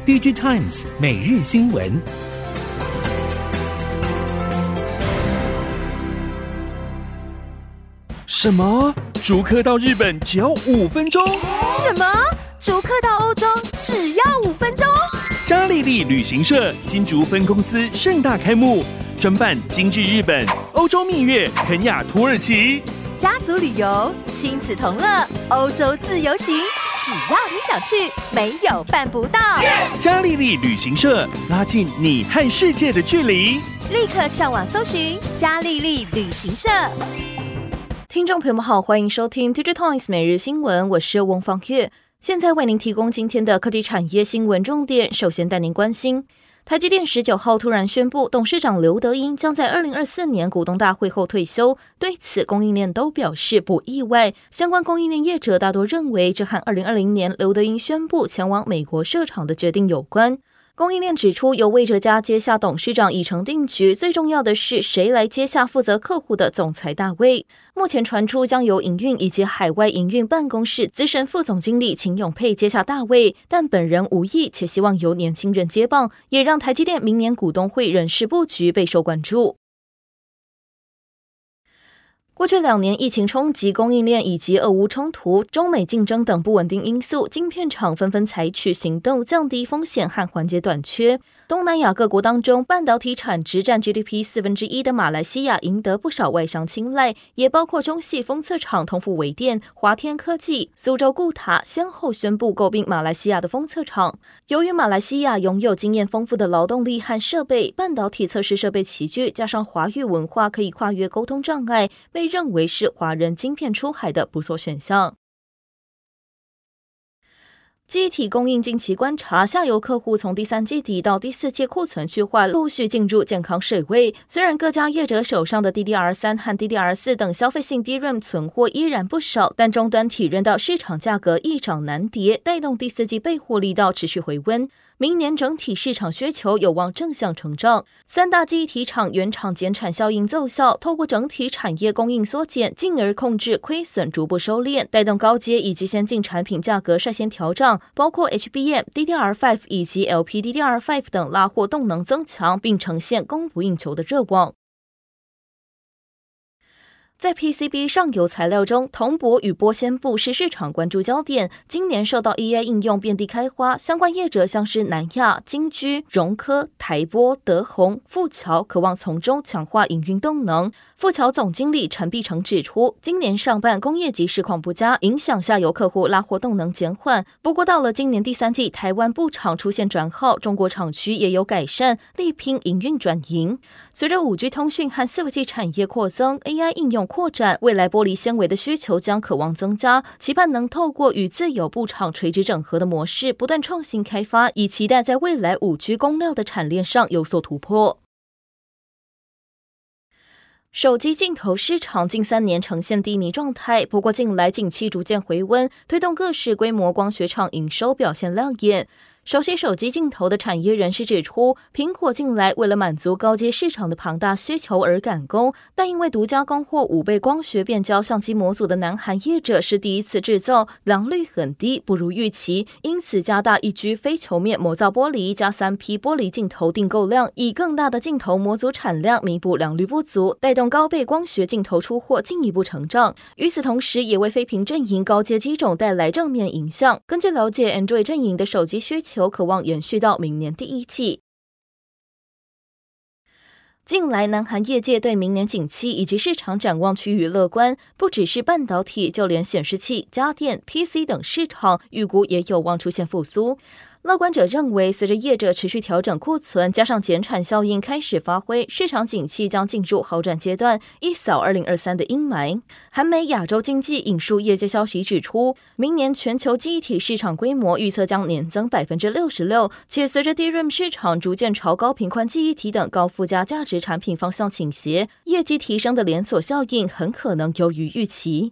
DigiTimes 每日新闻。什么？竹客到日本只要5分钟？ 什么？竹客到欧洲只要5分钟？ 嘉利利旅行社新竹分公司盛大开幕，专办精致日本、欧洲蜜月、肯亚、土耳其。 家族旅游、亲子同乐、欧洲自由行，只要你想去，没有办不到。 嘉利利旅行社拉近你和世界的距离。 立刻上网搜寻嘉利利旅行社。 听众朋友们好，欢迎收听 DigiTimes 每日新闻，我是翁芳月，现在为您提供今天的科技产业新闻重点。首先带您关心，台积电19号突然宣布，董事长刘德音将在2024年股东大会后退休。对此，供应链都表示不意外。相关供应链业者大多认为，这和2020年刘德音宣布前往美国设厂的决定有关。供应链指出，由魏哲家接下董事长已成定局，最重要的是谁来接下负责客户的总裁大位。目前传出将由营运以及海外营运办公室资深副总经理秦永佩接下大位，但本人无意，且希望由年轻人接棒，也让台积电明年股东会人事布局备受关注。过去2年，疫情冲击供应链以及俄乌冲突、中美竞争等不稳定因素，晶片厂纷纷采取行动，降低风险和缓解短缺。东南亚各国当中，半导体产值占 GDP 1/4的马来西亚赢得不少外商青睐，也包括中系封测厂通富微电、华天科技、苏州固塔先后宣布购并马来西亚的封测厂。由于马来西亚拥有经验丰富的劳动力和设备、半导体测试设备齐聚，加上华语文化可以跨越沟通障碍，被认为是华人晶片出海的不错选项。记忆体供应近期观察，下游客户从第3季底到第4季库存去化陆续进入健康水位。虽然各家业者手上的 DDR3 和 DDR4 等消费性 DRAM 存货依然不少，但终端体认到市场价格易涨难跌，带动第4季备货力道持续回温。明年整体市场需求有望正向成长。3大记忆体厂原厂减产效应奏效，透过整体产业供应缩减，进而控制亏损逐步收敛，带动高阶以及先进产品价格率先调涨，包括 HBM、DDR5 以及 LPDDR5 等拉货动能增强，并呈现供不应求的热望。在 PCB 上游材料中，铜箔与玻纤布是市场关注焦点。今年受到 AI 应用遍地开花，相关业者像是南亚、金居、荣科、台玻、德宏、富桥，渴望从中强化营运动能。富桥总经理陈必成指出，今年上半工业级市况不佳，影响下游客户拉货动能减缓。不过到了今年第3季，台湾布厂出现转好，中国厂区也有改善，力拼营运转盈。随着 5G 通讯和伺服器产业扩增， AI 应用扩展，未来玻璃纤维的需求将可望增加，期盼能透过与自有布厂垂直整合的模式，不断创新开发，以期待在未来 5G 供料的产链上有所突破。手机镜头市场近3年呈现低迷状态，不过近来景气逐渐回温，推动各式规模光学厂营收表现亮眼。熟悉手机镜头的产业人士指出，苹果近来为了满足高阶市场的庞大需求而赶工，但因为独家供货5倍光学变焦相机模组的南韩业者是第一次制造，良率很低，不如预期，因此加大1G 非球面模造玻璃加3P 玻璃镜头订购量，以更大的镜头模组产量弥补良率不足，带动高倍光学镜头出货进一步成长。与此同时，也为非屏阵营高阶机种带来正面影响。根据了解， Android 阵营的手机需求渴望延续到明年第1季。近来，南韩业界对明年景气以及市场展望趋于乐观，不只是半导体，就连显示器、家电、PC 等市场，预估也有望出现复苏。乐观者认为，随着业者持续调整库存，加上减产效应开始发挥，市场景气将进入好转阶段，一扫2023的阴霾。韩媒亚洲经济引述业界消息指出，明年全球记忆体市场规模预测将年增66%，且随着 DRAM 市场逐渐朝高频宽记忆体等高附加价值产品方向倾斜，业绩提升的连锁效应很可能优于预期。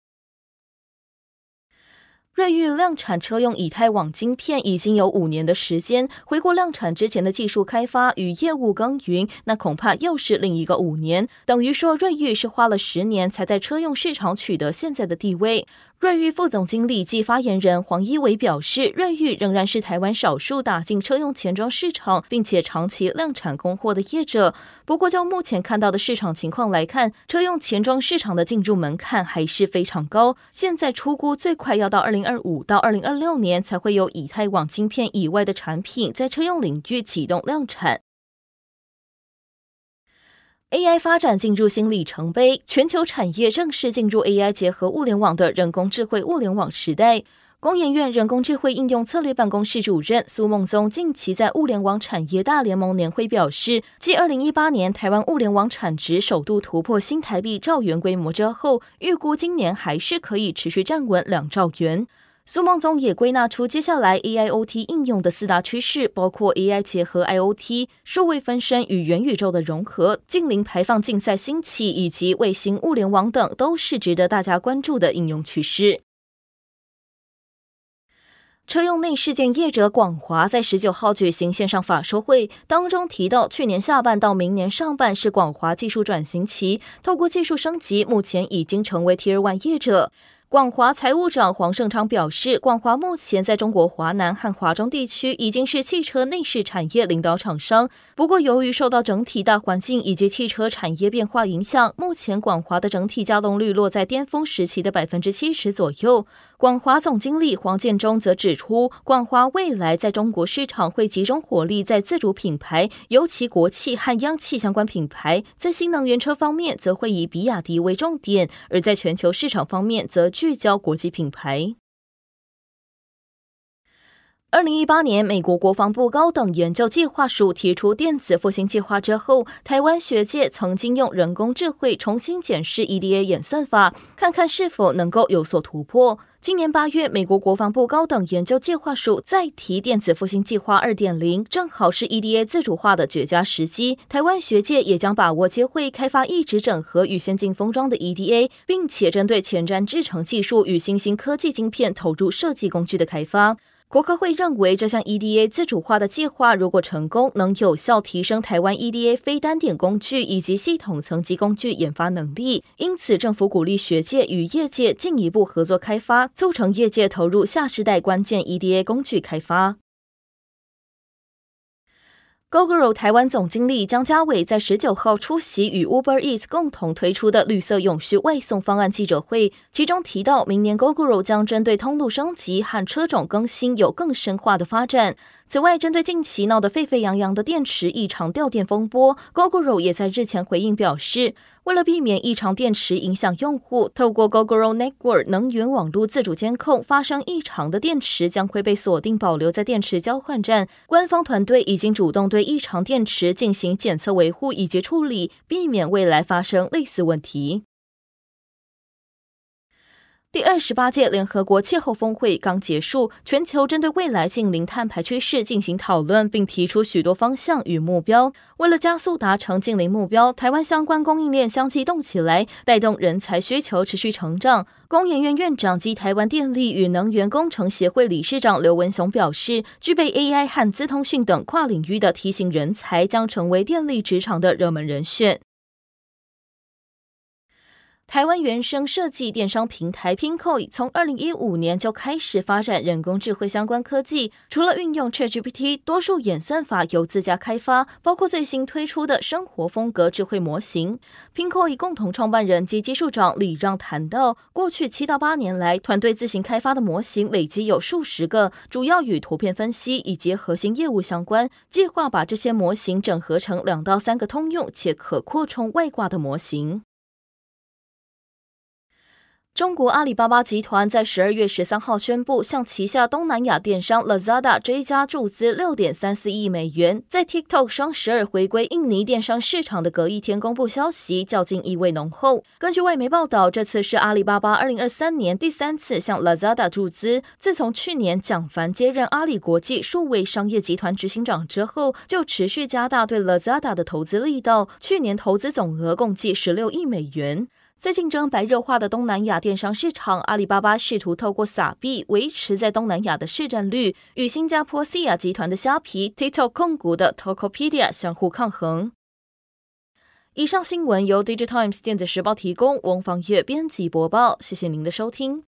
瑞昱量产车用以太网晶片已经有5年的时间，回顾量产之前的技术开发与业务耕耘，那恐怕又是另一个5年。等于说瑞昱是花了10年才在车用市场取得现在的地位。 瑞昱副总经理暨发言人黄一伟表示，瑞昱仍然是台湾少数打进车用钱庄市场并且长期量产供货的业者。不过就目前看到的市场情况来看，车用钱庄市场的进入门槛还是非常高，现在初估最快要到2025到2026年才会有以太网晶片以外的产品在车用领域启动量产。AI 发展进入新里程碑，全球产业正式进入 AI 结合物联网的人工智慧物联网时代。工研院人工智慧应用策略办公室主任苏孟宗近期在物联网产业大联盟年会表示，继2018年台湾物联网产值首度突破新台币兆元规模之后，预估今年还是可以持续站稳2兆元。苏孟宗也归纳出接下来 AIoT 应用的4大趋势，包括 AI 结合 IoT、数位分身与元宇宙的融合、净零排放竞赛兴起，以及卫星物联网等，都是值得大家关注的应用趋势。车用内饰件业者广华在19号举行线上法说会，当中提到去年下半到明年上半是广华技术转型期，透过技术升级，目前已经成为 Tier 1业者。广华财务长黄胜昌表示，广华目前在中国华南和华中地区已经是汽车内饰产业领导厂商，不过由于受到整体大环境以及汽车产业变化影响，目前广华的整体稼动率落在巅峰时期的 70% 左右。广华总经理黄建中则指出，广华未来在中国市场会集中火力在自主品牌，尤其国企和央企相关品牌，在新能源车方面则会以比亚迪为重点，而在全球市场方面则聚焦国际品牌。2018年，美国国防部高等研究计划署提出电子复兴计划之后，台湾学界曾经用人工智慧重新检视 EDA 演算法，看看是否能够有所突破。今年8月，美国国防部高等研究计划署再提电子复兴计划 2.0， 正好是 EDA 自主化的绝佳时机。台湾学界也将把握机会，开发一直整合与先进封装的 EDA， 并且针对前瞻制程技术与新兴科技晶片投入设计工具的开发。国科会认为，这项 EDA 自主化的计划如果成功，能有效提升台湾 EDA 非单点工具以及系统层级工具研发能力。因此，政府鼓励学界与业界进一步合作开发，促成业界投入下世代关键 EDA 工具开发。Gogoro 台湾总经理江家伟在19号出席与 Uber Eats 共同推出的绿色永续外送方案记者会，其中提到明年 Gogoro 将针对通路升级和车种更新有更深化的发展。此外，针对近期闹得沸沸扬扬的电池异常掉电风波， Gogoro 也在日前回应表示，为了避免异常电池影响用户，透过 Gogoro Network 能源网络自主监控，发生异常的电池将会被锁定保留在电池交换站。官方团队已经主动对异常电池进行检测维护以及处理，避免未来发生类似问题。第28届联合国气候峰会刚结束，全球针对未来近零碳排趋势进行讨论，并提出许多方向与目标。为了加速达成近零目标，台湾相关供应链相继动起来，带动人才需求持续成长。工研院院长及台湾电力与能源工程协会理事长刘文雄表示，具备 AI 和资通讯等跨领域的梯形人才将成为电力职场的热门人选。台湾原生设计电商平台 Pinkoi 从2015年就开始发展人工智慧相关科技，除了运用 ChatGPT， 多数演算法由自家开发，包括最新推出的生活风格智慧模型。Pinkoi 共同创办人及技术长李让谈到，过去7到8年来，团队自行开发的模型累积有数十个，主要与图片分析以及核心业务相关，计划把这些模型整合成2到3个通用且可扩充外挂的模型。中国阿里巴巴集团在12月13号宣布，向旗下东南亚电商 Lazada 追加注资 6.34 亿美元。在 TikTok 双12回归印尼电商市场的隔一天公布消息，较劲意味浓厚。根据外媒报道，这次是阿里巴巴2023年第3次向 Lazada 注资。自从去年蒋凡接任阿里国际数位商业集团执行长之后，就持续加大对 Lazada 的投资力道，去年投资总额共计16亿美元。在竞争白热化的东南亚电商市场，阿里巴巴试图透过撒币维持在东南亚的市占率，与新加坡 SIA 集团的虾皮、TikTok 控股的 Tokopedia 相互抗衡。以上新闻由 Digital Times 电子时报提供，翁方月编辑播报，谢谢您的收听。